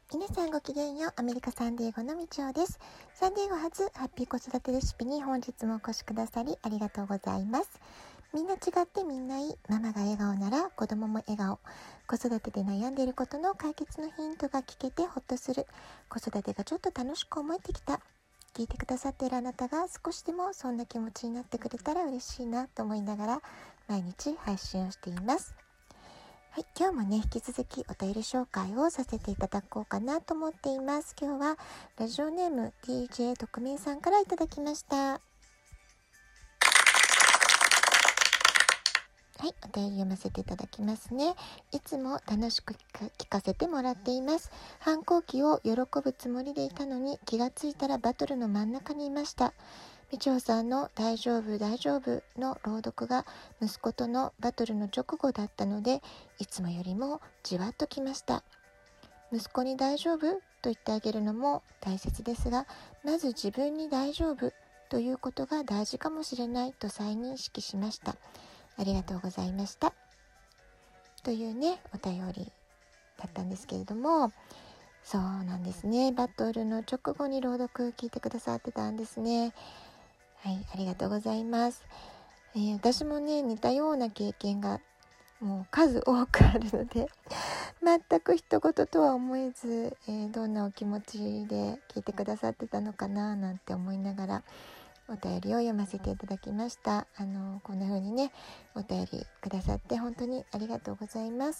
皆さんごきげんよう。アメリカサンディエゴのみちおです。サンディエゴ初ハッピー子育てレシピに本日もお越しくださりありがとうございます。みんな違ってみんないい。ママが笑顔なら子供も笑顔。子育てで悩んでいることの解決のヒントが聞けてほっとする。子育てがちょっと楽しく思えてきた。聞いてくださっているあなたが少しでもそんな気持ちになってくれたら嬉しいなと思いながら毎日配信をしています。はい、今日もね引き続きお便り紹介をさせていただこうかなと思っています。今日はラジオネーム DJ 特命さんからいただきました。はい、お便り読ませていただきますね。いつも楽しく聞かせてもらっています。反抗期を喜ぶつもりでいたのに気がついたらバトルの真ん中にいました。みちおさんの大丈夫大丈夫の朗読が息子とのバトルの直後だったので、いつもよりもじわっときました。息子に大丈夫と言ってあげるのも大切ですが、まず自分に大丈夫ということが大事かもしれないと再認識しました。ありがとうございました。というね、お便りだったんですけれども、そうなんですね。バトルの直後に朗読聞いてくださってたんですね。はい、ありがとうございます。私もね、似たような経験がもう数多くあるので、全く一言とは思えず、どんなお気持ちで聞いてくださってたのかななんて思いながらお便りを読ませていただきました。こんな風にね、お便りくださって本当にありがとうございます。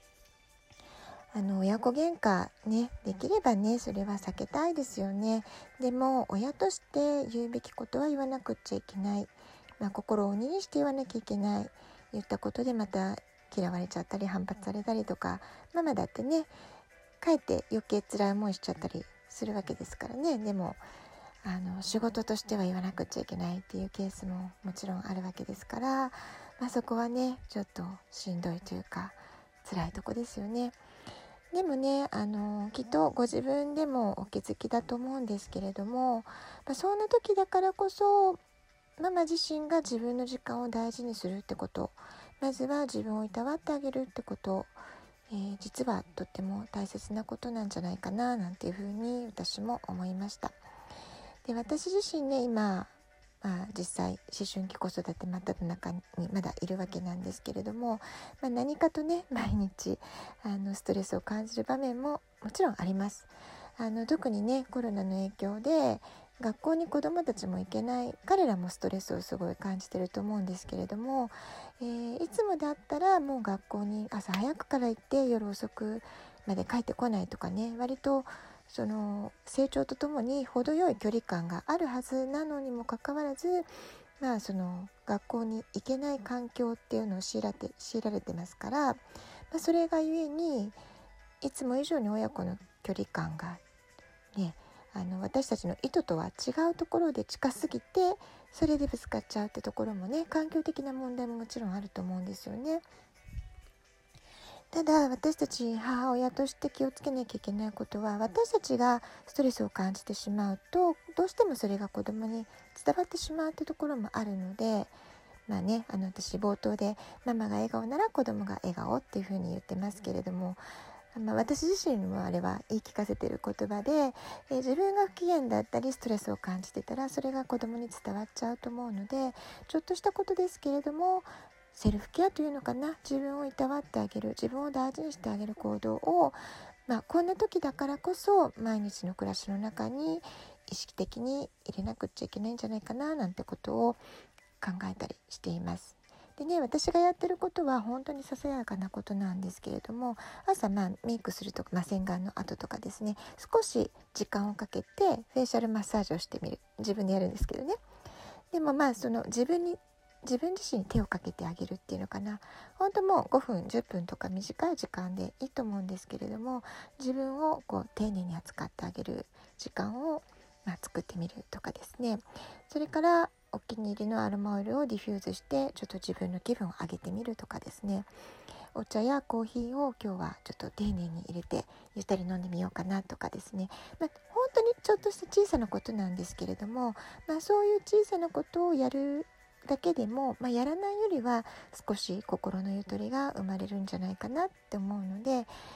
親子喧嘩ね、できればね、それは避けたいですよね。でも、親として言うべきことは言わなくっちゃいけない。心を鬼にして言わなきゃいけない。言ったことでまた嫌われちゃったり反発されたりとか、ママだってね、かえって余計辛い思いしちゃったりするわけですからね。でも、仕事としては言わなくっちゃいけないっていうケースももちろんあるわけですから、そこはね、ちょっとしんどいというか、辛いとこですよね。でもね、きっとご自分でもお気づきだと思うんですけれども、そんな時だからこそママ自身が自分の時間を大事にするってこと、まずは自分をいたわってあげるってこと、実はとっても大切なことなんじゃないかななんていうふうに私も思いました。で、私自身ね、今実際思春期子育て真っただ中にまだいるわけなんですけれども、何かとね毎日ストレスを感じる場面ももちろんあります。特にねコロナの影響で学校に子どもたちも行けない、彼らもストレスをすごい感じてると思うんですけれども、いつもだったらもう学校に朝早くから行って夜遅くまで帰ってこないとかね、割とその成長とともに程よい距離感があるはずなのにもかかわらず、その学校に行けない環境っていうのを強いられてますから、それがゆえにいつも以上に親子の距離感がね、私たちの意図とは違うところで近すぎて、それでぶつかっちゃうってところもね、環境的な問題ももちろんあると思うんですよね。ただ私たち母親として気をつけなきゃいけないことは、私たちがストレスを感じてしまうとどうしてもそれが子供に伝わってしまうってところもあるので、私冒頭でママが笑顔なら子供が笑顔っていうふうに言ってますけれども、私自身もあれは言い聞かせている言葉で、自分が不機嫌だったりストレスを感じてたらそれが子供に伝わっちゃうと思うので、ちょっとしたことですけれどもセルフケアというのかな、自分をいたわってあげる、自分を大事にしてあげる行動を、こんな時だからこそ毎日の暮らしの中に意識的に入れなくっちゃいけないんじゃないかななんてことを考えたりしています。でね、私がやってることは本当にささやかなことなんですけれども、朝メイクするとか、洗顔の後とかですね、少し時間をかけてフェイシャルマッサージをしてみる。自分でやるんですけどね。でもその自分自身に手をかけてあげるっていうのかな、本当もう5分10分とか短い時間でいいと思うんですけれども、自分をこう丁寧に扱ってあげる時間を作ってみるとかですね。それからお気に入りのアロマオイルをディフューズしてちょっと自分の気分を上げてみるとかですね。お茶やコーヒーを今日はちょっと丁寧に入れてゆったり飲んでみようかなとかですね。本当にちょっとした小さなことなんですけれども、そういう小さなことをやるだけでも、やらないよりは少し心のゆとりが生まれるんじゃないかなって思うので、も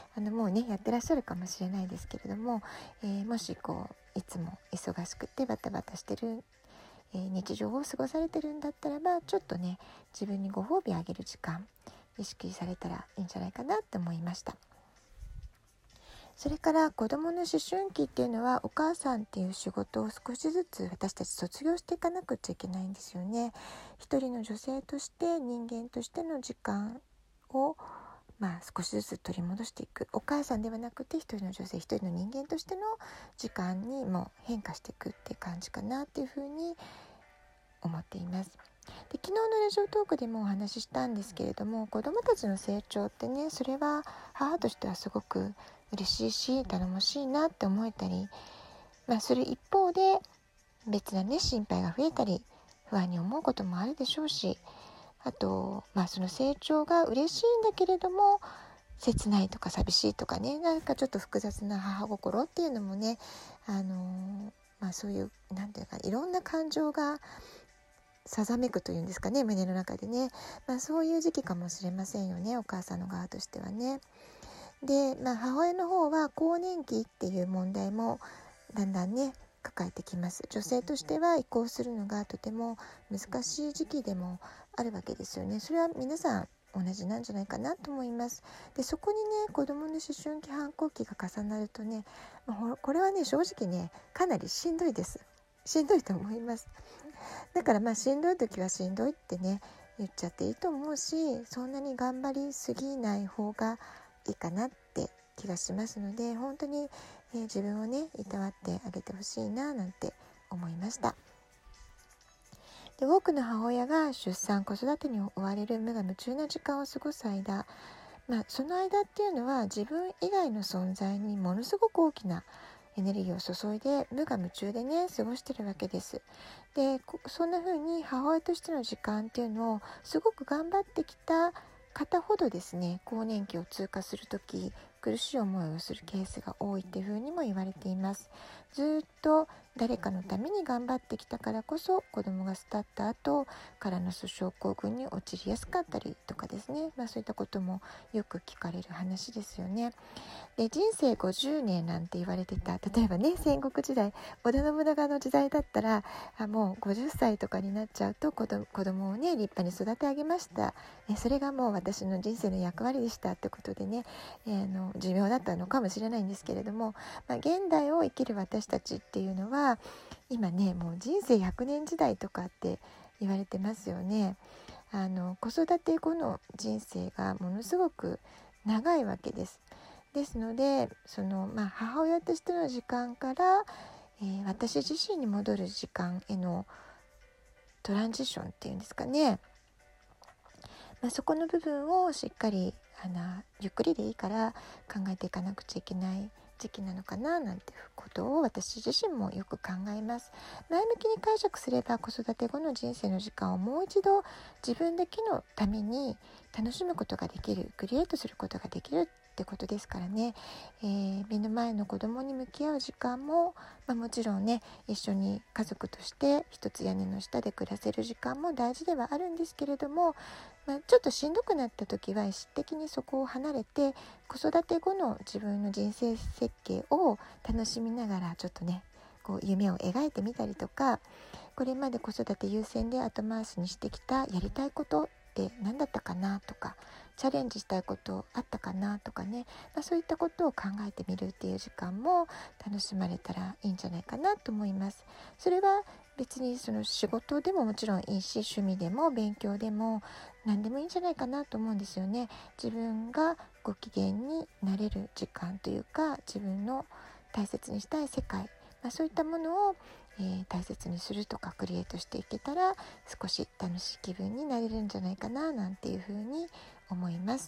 もうねやってらっしゃるかもしれないですけれども、もしいつも忙しくてバタバタしてる、日常を過ごされてるんだったらば、ちょっとね自分にご褒美あげる時間意識されたらいいんじゃないかなって思いました。それから子どもの思春期っていうのは、お母さんっていう仕事を少しずつ私たち卒業していかなくちゃいけないんですよね。一人の女性として人間としての時間を少しずつ取り戻していく、お母さんではなくて一人の女性、一人の人間としての時間にも変化していくって感じかなっていうふうに思っています。で、昨日のラジオトークでもお話ししたんですけれども、子どもたちの成長ってね、それは母としてはすごく嬉しいし頼もしいなって思えたり、する一方で別なね心配が増えたり不安に思うこともあるでしょうし、あとその成長が嬉しいんだけれども切ないとか寂しいとかね、なんかちょっと複雑な母心っていうのもね、そういうなんていうかいろんな感情がさざめくというんですかね、胸の中でね、そういう時期かもしれませんよね、お母さんの側としてはね。で、母親の方は更年期っていう問題もだんだんね抱えてきます。女性としては移行するのがとても難しい時期でもあるわけですよね。それは皆さん同じなんじゃないかなと思います。で、そこにね子どもの思春期反抗期が重なるとね、これはね正直ねかなりしんどいです。しんどいと思います。だからしんどい時はしんどいってね言っちゃっていいと思うし、そんなに頑張りすぎない方がいいかなって気がしますので、本当に、自分をねいたわってあげてほしいななんて思いました。で、多くの母親が出産子育てに追われる無我夢中な時間を過ごす間、その間っていうのは自分以外の存在にものすごく大きなエネルギーを注いで無我夢中でね過ごしてるわけです。で、そんな風に母親としての時間っていうのをすごく頑張ってきた方ほどですね、更年期を通過するとき苦しい思いをするケースが多いっていう風にも言われています。ずっと誰かのために頑張ってきたからこそ子供が巣立った後からの症候群に陥りやすかったりとかですね、そういったこともよく聞かれる話ですよね。で、人生50年なんて言われてた、例えばね戦国時代、織田信長の時代だったらもう50歳とかになっちゃうと子供をね立派に育て上げました、それがもう私の人生の役割でしたってことでね、寿命だったのかもしれないんですけれども、現代を生きる私たちっていうのは今ねもう人生100年時代とかって言われてますよね。子育て後の人生がものすごく長いわけです。ですので母親としての時間から、私自身に戻る時間へのトランジションっていうんですかね、そこの部分をしっかりゆっくりでいいから考えていかなくちゃいけない時期なのかななんていうことを私自身もよく考えます。前向きに解釈すれば子育て後の人生の時間をもう一度自分だけのために楽しむことができる、クリエイトすることができるってことですからね、目の前の子供に向き合う時間も、もちろんね一緒に家族として一つ屋根の下で暮らせる時間も大事ではあるんですけれども、ちょっとしんどくなった時は意識的にそこを離れて子育て後の自分の人生設計を楽しみながらちょっとね夢を描いてみたりとか、これまで子育て優先で後回しにしてきたやりたいことって何だったかなとか、チャレンジしたいことあったかなとかね、そういったことを考えてみるっていう時間も楽しまれたらいいんじゃないかなと思います。それは別にその仕事でももちろんいいし、趣味でも勉強でも何でもいいんじゃないかなと思うんですよね。自分がご機嫌になれる時間というか、自分の大切にしたい世界、そういったものを、大切にするとかクリエイトしていけたら少し楽しい気分になれるんじゃないかななんていうふうに思います。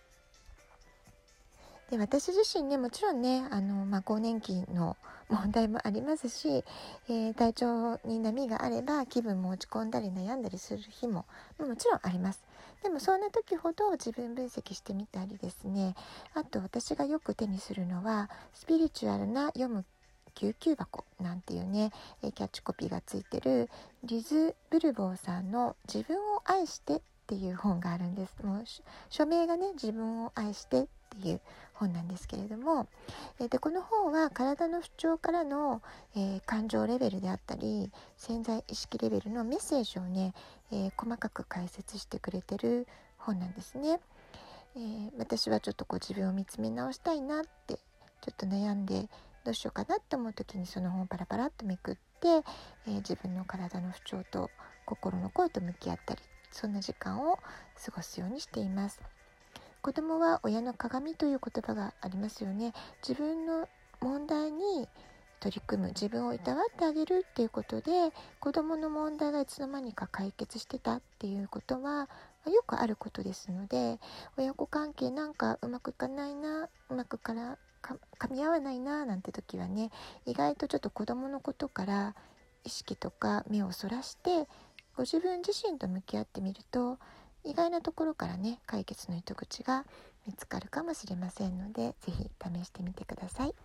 で、私自身ねもちろんね更年期の問題もありますし、体調に波があれば気分も落ち込んだり悩んだりする日ももちろんあります。でもそんな時ほど自分分析してみたりですね、あと私がよく手にするのはスピリチュアルな読む救急箱なんていうね、キャッチコピーがついてるリズ・ブルボーさんの自分を愛してっていう本があるんです。もう署名がね自分を愛してっていう本なんですけれども、でこの本は体の不調からの、感情レベルであったり潜在意識レベルのメッセージをね、細かく解説してくれてる本なんですね。私はちょっと自分を見つめ直したいなってちょっと悩んでどうしようかなって思う時にその本をパラパラっとめくって、自分の体の不調と心の声と向き合ったり、そんな時間を過ごすようにしています。子供は親の鏡という言葉がありますよね。自分の問題に取り組む、自分をいたわってあげるっていうことで子供の問題がいつの間にか解決してたっていうことはよくあることですので、親子関係なんかうまくいかないな、うまく噛み合わないななんて時はね、意外とちょっと子供のことから意識とか目をそらしてご自分自身と向き合ってみると、意外なところからね解決の糸口が見つかるかもしれませんので、ぜひ試してみてください。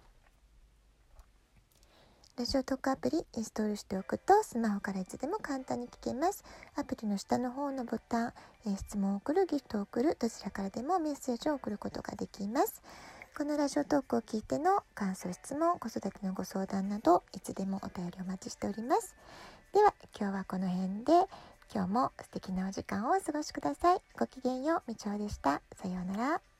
ラジオトークアプリインストールしておくとスマホからいつでも簡単に聞けます。アプリの下の方のボタン、質問を送る、ギフトを送る、どちらからでもメッセージを送ることができます。このラジオトークを聞いての感想、質問、子育てのご相談などいつでもお便りお待ちしております。では今日はこの辺で、今日も素敵なお時間をお過ごしください。ごきげんよう、みちおでした。さようなら。